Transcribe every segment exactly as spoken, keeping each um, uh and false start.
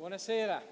Buonasera,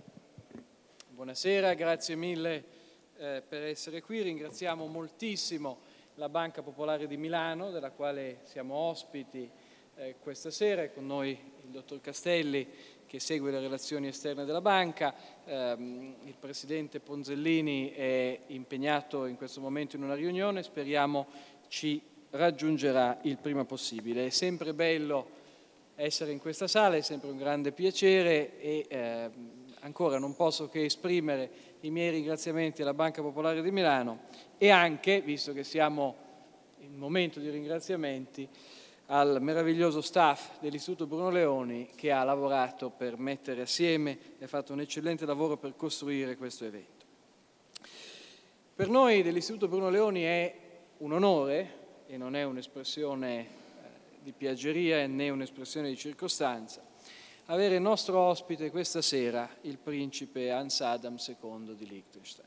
buonasera, grazie mille eh, per essere qui. Ringraziamo moltissimo la Banca Popolare di Milano, della quale siamo ospiti eh, questa sera. È con noi il dottor Castelli, che segue le relazioni esterne della banca. Ehm, il presidente Ponzellini è impegnato in questo momento in una riunione, speriamo ci raggiungerà il prima possibile. È sempre bello essere in questa sala, è sempre un grande piacere e eh, ancora non posso che esprimere i miei ringraziamenti alla Banca Popolare di Milano e anche, visto che siamo in momento di ringraziamenti, al meraviglioso staff dell'Istituto Bruno Leoni, che ha lavorato per mettere assieme e ha fatto un eccellente lavoro per costruire questo evento. Per noi dell'Istituto Bruno Leoni è un onore, e non è un'espressione di piaggeria né un'espressione di circostanza, avere il nostro ospite questa sera, il principe Hans Adam secondo di Liechtenstein.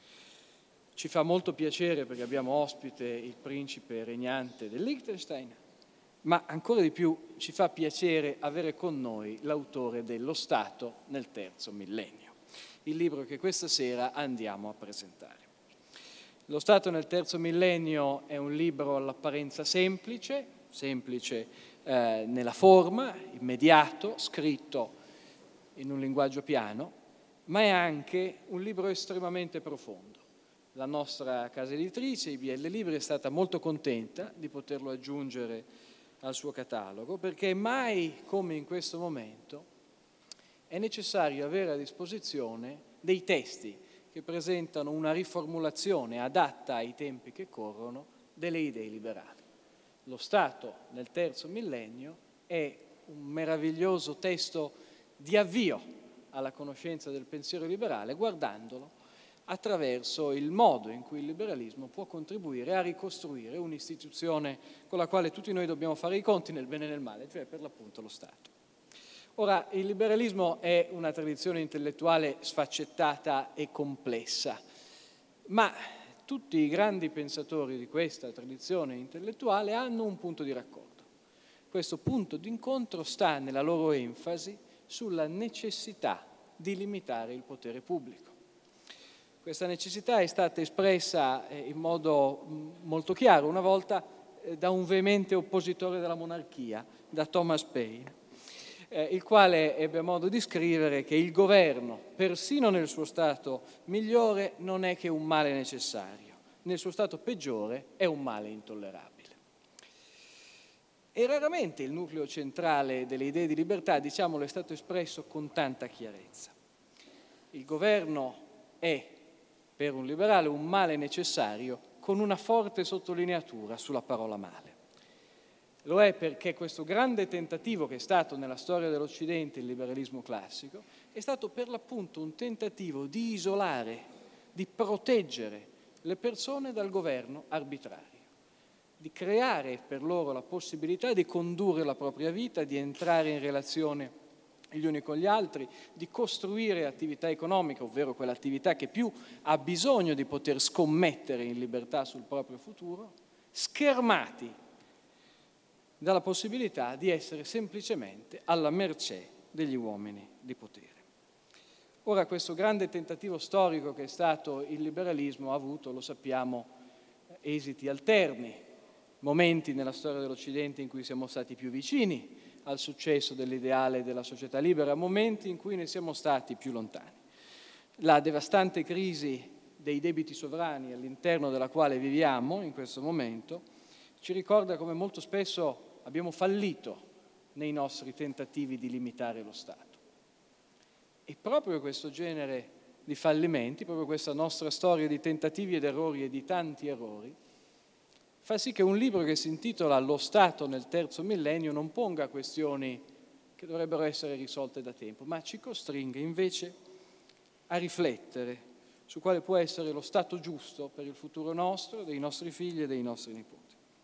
Ci fa molto piacere perché abbiamo ospite il principe regnante del Liechtenstein, ma ancora di più ci fa piacere avere con noi l'autore dello Stato nel terzo millennio, il libro che questa sera andiamo a presentare. Lo Stato nel terzo millennio è un libro all'apparenza semplice, semplice eh, nella forma, immediato, scritto in un linguaggio piano, ma è anche un libro estremamente profondo. La nostra casa editrice, I B L Libri, è stata molto contenta di poterlo aggiungere al suo catalogo, perché mai come in questo momento è necessario avere a disposizione dei testi che presentano una riformulazione adatta ai tempi che corrono delle idee liberali. Lo Stato nel terzo millennio è un meraviglioso testo di avvio alla conoscenza del pensiero liberale, guardandolo attraverso il modo in cui il liberalismo può contribuire a ricostruire un'istituzione con la quale tutti noi dobbiamo fare i conti nel bene e nel male, cioè per l'appunto lo Stato. Ora, il liberalismo è una tradizione intellettuale sfaccettata e complessa, ma tutti i grandi pensatori di questa tradizione intellettuale hanno un punto di raccordo. Questo punto d'incontro sta nella loro enfasi sulla necessità di limitare il potere pubblico. Questa necessità è stata espressa in modo molto chiaro una volta da un veemente oppositore della monarchia, da Thomas Paine, il quale ebbe modo di scrivere che il governo, persino nel suo stato migliore, non è che un male necessario, nel suo stato peggiore è un male intollerabile. E raramente il nucleo centrale delle idee di libertà, diciamolo, è stato espresso con tanta chiarezza. Il governo è, per un liberale, un male necessario, con una forte sottolineatura sulla parola male. Lo è perché questo grande tentativo che è stato nella storia dell'Occidente il liberalismo classico è stato per l'appunto un tentativo di isolare, di proteggere le persone dal governo arbitrario, di creare per loro la possibilità di condurre la propria vita, di entrare in relazione gli uni con gli altri, di costruire attività economica, ovvero quell'attività che più ha bisogno di poter scommettere in libertà sul proprio futuro, schermati dalla possibilità di essere semplicemente alla mercé degli uomini di potere. Ora, questo grande tentativo storico che è stato il liberalismo ha avuto, lo sappiamo, esiti alterni, momenti nella storia dell'Occidente in cui siamo stati più vicini al successo dell'ideale della società libera, momenti in cui ne siamo stati più lontani. La devastante crisi dei debiti sovrani all'interno della quale viviamo in questo momento ci ricorda come molto spesso abbiamo fallito nei nostri tentativi di limitare lo Stato. E proprio questo genere di fallimenti, proprio questa nostra storia di tentativi ed errori e di tanti errori, fa sì che un libro che si intitola Lo Stato nel terzo millennio non ponga questioni che dovrebbero essere risolte da tempo, ma ci costringa invece a riflettere su quale può essere lo Stato giusto per il futuro nostro, dei nostri figli e dei nostri nipoti.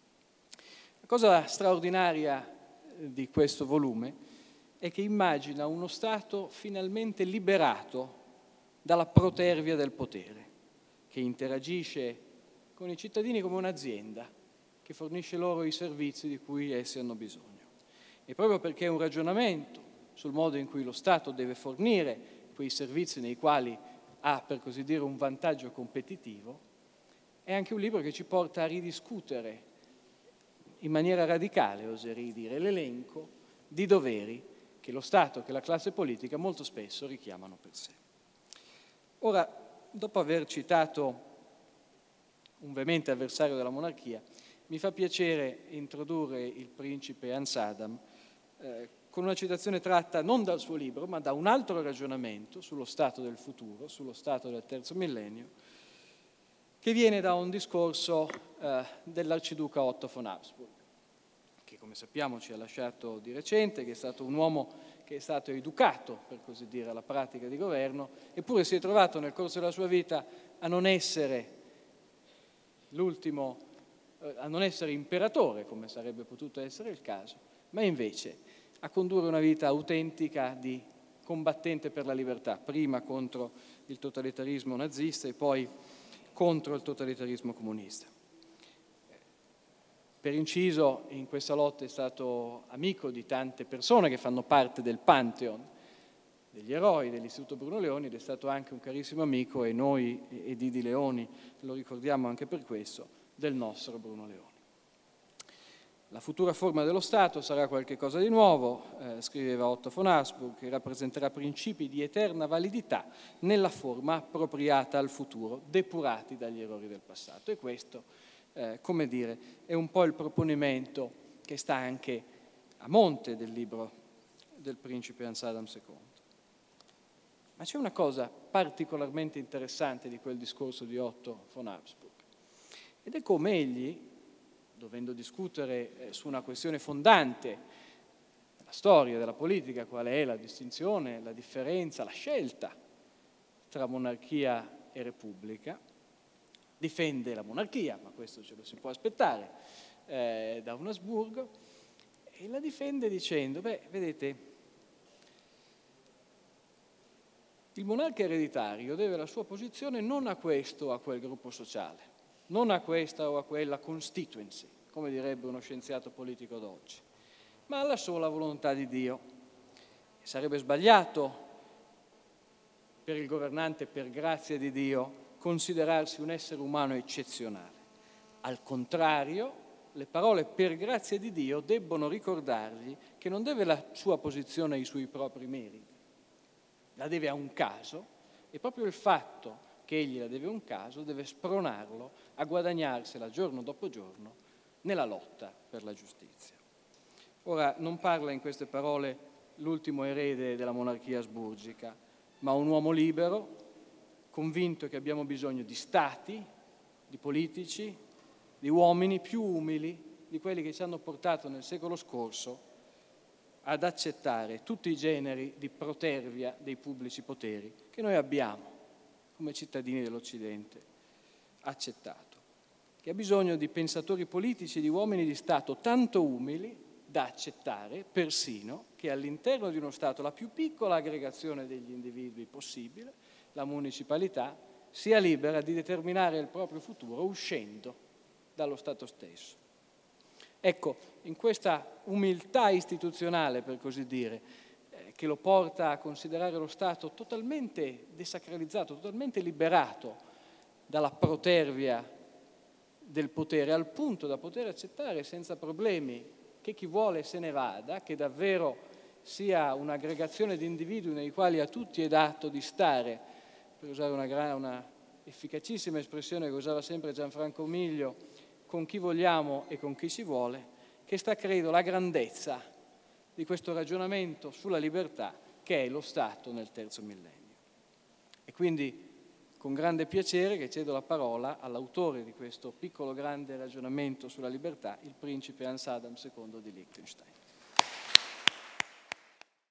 La cosa straordinaria di questo volume è che immagina uno Stato finalmente liberato dalla protervia del potere, che interagisce con i cittadini come un'azienda che fornisce loro i servizi di cui essi hanno bisogno. E proprio perché un ragionamento sul modo in cui lo Stato deve fornire quei servizi nei quali ha, per così dire, un vantaggio competitivo. È anche un libro che ci porta a ridiscutere in maniera radicale, oserei dire, l'elenco di doveri che lo Stato, che la classe politica molto spesso richiamano per sé. Ora, dopo aver citato un veemente avversario della monarchia, mi fa piacere introdurre il principe Hansadam eh, con una citazione tratta non dal suo libro, ma da un altro ragionamento sullo stato del futuro, sullo stato del terzo millennio, che viene da un discorso eh, dell'arciduca Otto von Habsburg, che come sappiamo ci ha lasciato di recente, che è stato un uomo che è stato educato, per così dire, alla pratica di governo, eppure si è trovato nel corso della sua vita a non essere l'ultimo, eh, a non essere imperatore, come sarebbe potuto essere il caso, ma invece a condurre una vita autentica di combattente per la libertà, prima contro il totalitarismo nazista e poi contro il totalitarismo comunista. Per inciso, in questa lotta è stato amico di tante persone che fanno parte del Pantheon degli eroi dell'Istituto Bruno Leoni ed è stato anche un carissimo amico, e noi e Didi Leoni lo ricordiamo anche per questo, del nostro Bruno Leoni. La futura forma dello Stato sarà qualcosa di nuovo, eh, scriveva Otto von Habsburg, che rappresenterà principi di eterna validità nella forma appropriata al futuro, depurati dagli errori del passato. E questo, eh, come dire, è un po' il proponimento che sta anche a monte del libro del principe Hansadam secondo. Ma c'è una cosa particolarmente interessante di quel discorso di Otto von Habsburg, ed è come egli, dovendo discutere su una questione fondante della storia, della politica, qual è la distinzione, la differenza, la scelta tra monarchia e repubblica, difende la monarchia, ma questo ce lo si può aspettare eh, da un Asburgo, e la difende dicendo, beh, vedete, il monarca ereditario deve la sua posizione non a questo o a quel gruppo sociale, non a questa o a quella constituency, come direbbe uno scienziato politico d'oggi, ma alla sola volontà di Dio. E sarebbe sbagliato per il governante, per grazia di Dio, considerarsi un essere umano eccezionale. Al contrario, le parole per grazia di Dio debbono ricordargli che non deve la sua posizione ai suoi propri meriti, la deve a un caso, e proprio il fatto che egli la deve a un caso deve spronarlo a guadagnarsela giorno dopo giorno nella lotta per la giustizia. Ora, non parla in queste parole l'ultimo erede della monarchia asburgica, ma un uomo libero, convinto che abbiamo bisogno di stati, di politici, di uomini più umili di quelli che ci hanno portato nel secolo scorso ad accettare tutti i generi di protervia dei pubblici poteri che noi abbiamo come cittadini dell'Occidente accettato, che ha bisogno di pensatori politici, di uomini di Stato tanto umili da accettare persino che all'interno di uno Stato, la più piccola aggregazione degli individui possibile, la municipalità, sia libera di determinare il proprio futuro uscendo dallo Stato stesso. Ecco, in questa umiltà istituzionale, per così dire, che lo porta a considerare lo Stato totalmente desacralizzato, totalmente liberato dalla protervia del potere, al punto da poter accettare senza problemi che chi vuole se ne vada, che davvero sia un'aggregazione di individui nei quali a tutti è dato di stare, per usare una, una efficacissima espressione che usava sempre Gianfranco Miglio, con chi vogliamo e con chi si vuole, che sta, credo, la grandezza di questo ragionamento sulla libertà che è lo Stato nel terzo millennio. E quindi con grande piacere che cedo la parola all'autore di questo piccolo grande ragionamento sulla libertà, il principe Hansadam secondo di Liechtenstein.